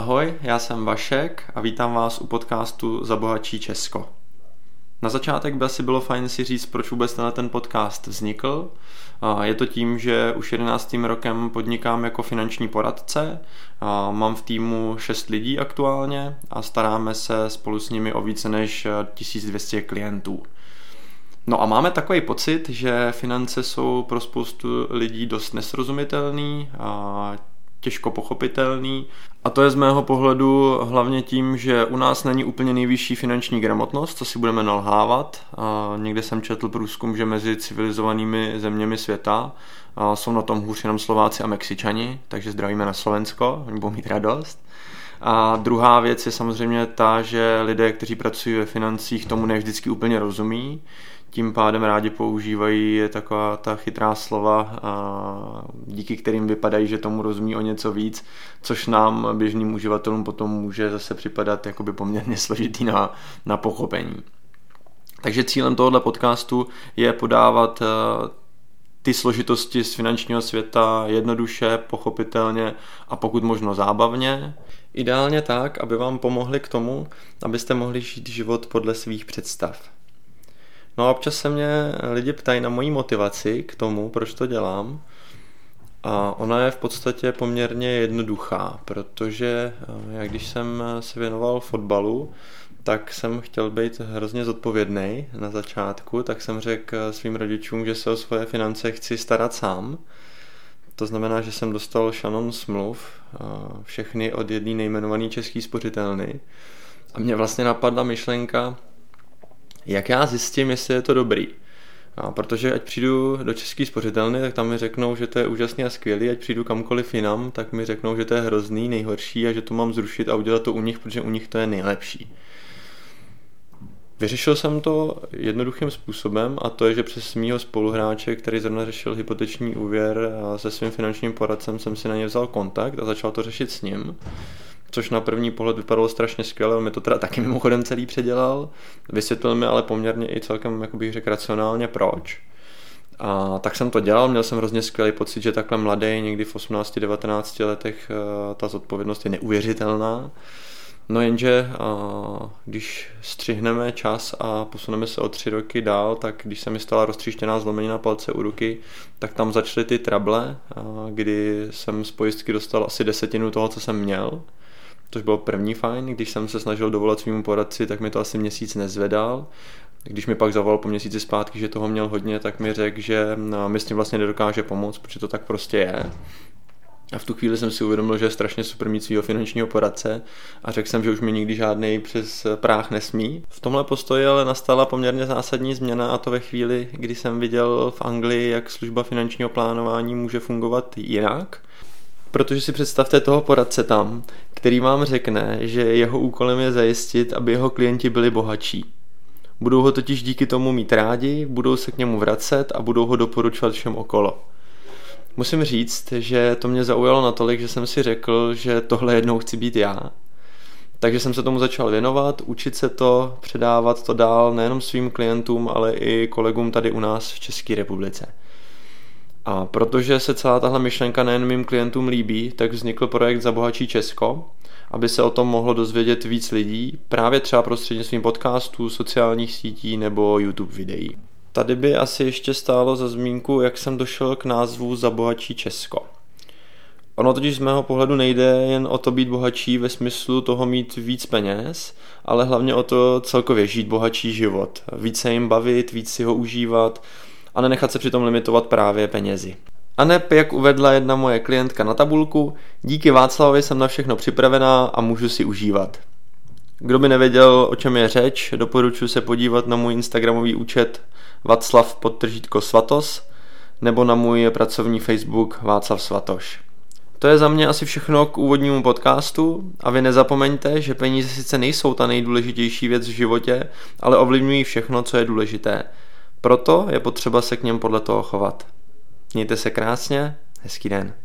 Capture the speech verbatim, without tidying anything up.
Ahoj, já jsem Vašek a vítám vás u podcastu Zabohatší Česko. Na začátek by asi bylo fajn si říct, proč vůbec tenhle ten podcast vznikl. Je to tím, že už jedenáctým rokem podnikám jako finanční poradce. Mám v týmu šest lidí aktuálně a staráme se spolu s nimi o více než tisíc dvě stě klientů. No a máme takový pocit, že finance jsou pro spoustu lidí dost nesrozumitelný a těžko pochopitelný. A to je z mého pohledu hlavně tím, že u nás není úplně nejvyšší finanční gramotnost, co si budeme nalhávat. A někde jsem četl průzkum, že mezi civilizovanými zeměmi světa jsou na tom hůř jenom Slováci a Mexičani, takže zdravíme na Slovensko, oni budou mít radost. A druhá věc je samozřejmě ta, že lidé, kteří pracují ve financích, tomu ne vždycky úplně rozumí. Tím pádem rádi používají taková ta chytrá slova, díky kterým vypadají, že tomu rozumí o něco víc, což nám, běžným uživatelům, potom může zase připadat jakoby poměrně složitý na, na pochopení. Takže cílem tohoto podcastu je podávat ty složitosti z finančního světa jednoduše, pochopitelně a pokud možno zábavně. Ideálně tak, aby vám pomohli k tomu, abyste mohli žít život podle svých představ. No a občas se mě lidi ptají na moji motivaci k tomu, proč to dělám. A ona je v podstatě poměrně jednoduchá, protože já když jsem se věnoval fotbalu, tak jsem chtěl být hrozně zodpovědný na začátku, tak jsem řekl svým rodičům, že se o svoje finance chci starat sám. To znamená, že jsem dostal šanon smluv, všechny od jedné nejmenované české spořitelny. A mě vlastně napadla myšlenka, jak já zjistím, jestli je to dobrý. A protože ať přijdu do české spořitelny, tak tam mi řeknou, že to je úžasný a skvělý, ať přijdu kamkoliv jinam, tak mi řeknou, že to je hrozný, nejhorší a že to mám zrušit a udělat to u nich, protože u nich to je nejlepší. Vyřešil jsem to jednoduchým způsobem a to je, že přes mýho spoluhráče, který zrovna řešil hypoteční úvěr a se svým finančním poradcem, jsem si na ně vzal kontakt a začal to řešit s ním. Což na první pohled vypadalo strašně skvěle, on mi to teda taky mimochodem celý předělal, vysvětlil mi ale poměrně i celkem, jak bych řekl, racionálně proč. A tak jsem to dělal, měl jsem hrozně skvělý pocit, že takhle mladý, někdy v osmnácti devatenácti letech ta zodpovědnost je neuvěřitelná. No jenže když střihneme čas a posuneme se o tři roky dál, tak když se mi stala roztříštěná zlomenina palce u ruky, tak tam začaly ty trable, kdy jsem z pojistky dostal asi desetinu toho, co jsem měl. Což bylo první fajn, když jsem se snažil dovolat svýmu poradci, tak mi to asi měsíc nezvedal. Když mi pak zavolal po měsíci zpátky, že toho měl hodně, tak mi řekl, že mi s tím vlastně nedokáže pomoct, protože to tak prostě je. A v tu chvíli jsem si uvědomil, že je strašně super mít svýho finančního poradce a řekl jsem, že už mi nikdy žádnej přes práh nesmí. V tomhle postoji ale nastala poměrně zásadní změna a to ve chvíli, kdy jsem viděl v Anglii, jak služba finančního plánování může fungovat jinak. Protože si představte toho poradce tam, který vám řekne, že jeho úkolem je zajistit, aby jeho klienti byli bohatší. Budou ho totiž díky tomu mít rádi, budou se k němu vracet a budou ho doporučovat všem okolo. Musím říct, že to mě zaujalo natolik, že jsem si řekl, že tohle jednou chci být já. Takže jsem se tomu začal věnovat, učit se to, předávat to dál nejenom svým klientům, ale i kolegům tady u nás v České republice. A protože se celá tahle myšlenka nejen mým klientům líbí, tak vznikl projekt Zabohatší Česko, aby se o tom mohlo dozvědět víc lidí, právě třeba prostřednictvím podcastů, sociálních sítí nebo YouTube videí. Tady by asi ještě stálo za zmínku, jak jsem došel k názvu Zabohatší Česko. Ono totiž z mého pohledu nejde jen o to být bohatší ve smyslu toho mít víc peněz, ale hlavně o to celkově žít bohatší život, víc se jim bavit, víc si ho užívat, a nenechat se přitom limitovat právě penězi. A neb, jak uvedla jedna moje klientka na tabulku, díky Václavovi jsem na všechno připravená a můžu si užívat. Kdo by nevěděl, o čem je řeč, doporučuji se podívat na můj instagramový účet Václav podtržítko Svatos nebo na můj pracovní Facebook Václav Svatoš. To je za mě asi všechno k úvodnímu podcastu a vy nezapomeňte, že peníze sice nejsou ta nejdůležitější věc v životě, ale ovlivňují všechno, co je důležité. Proto je potřeba se k něm podle toho chovat. Mějte se krásně, hezký den.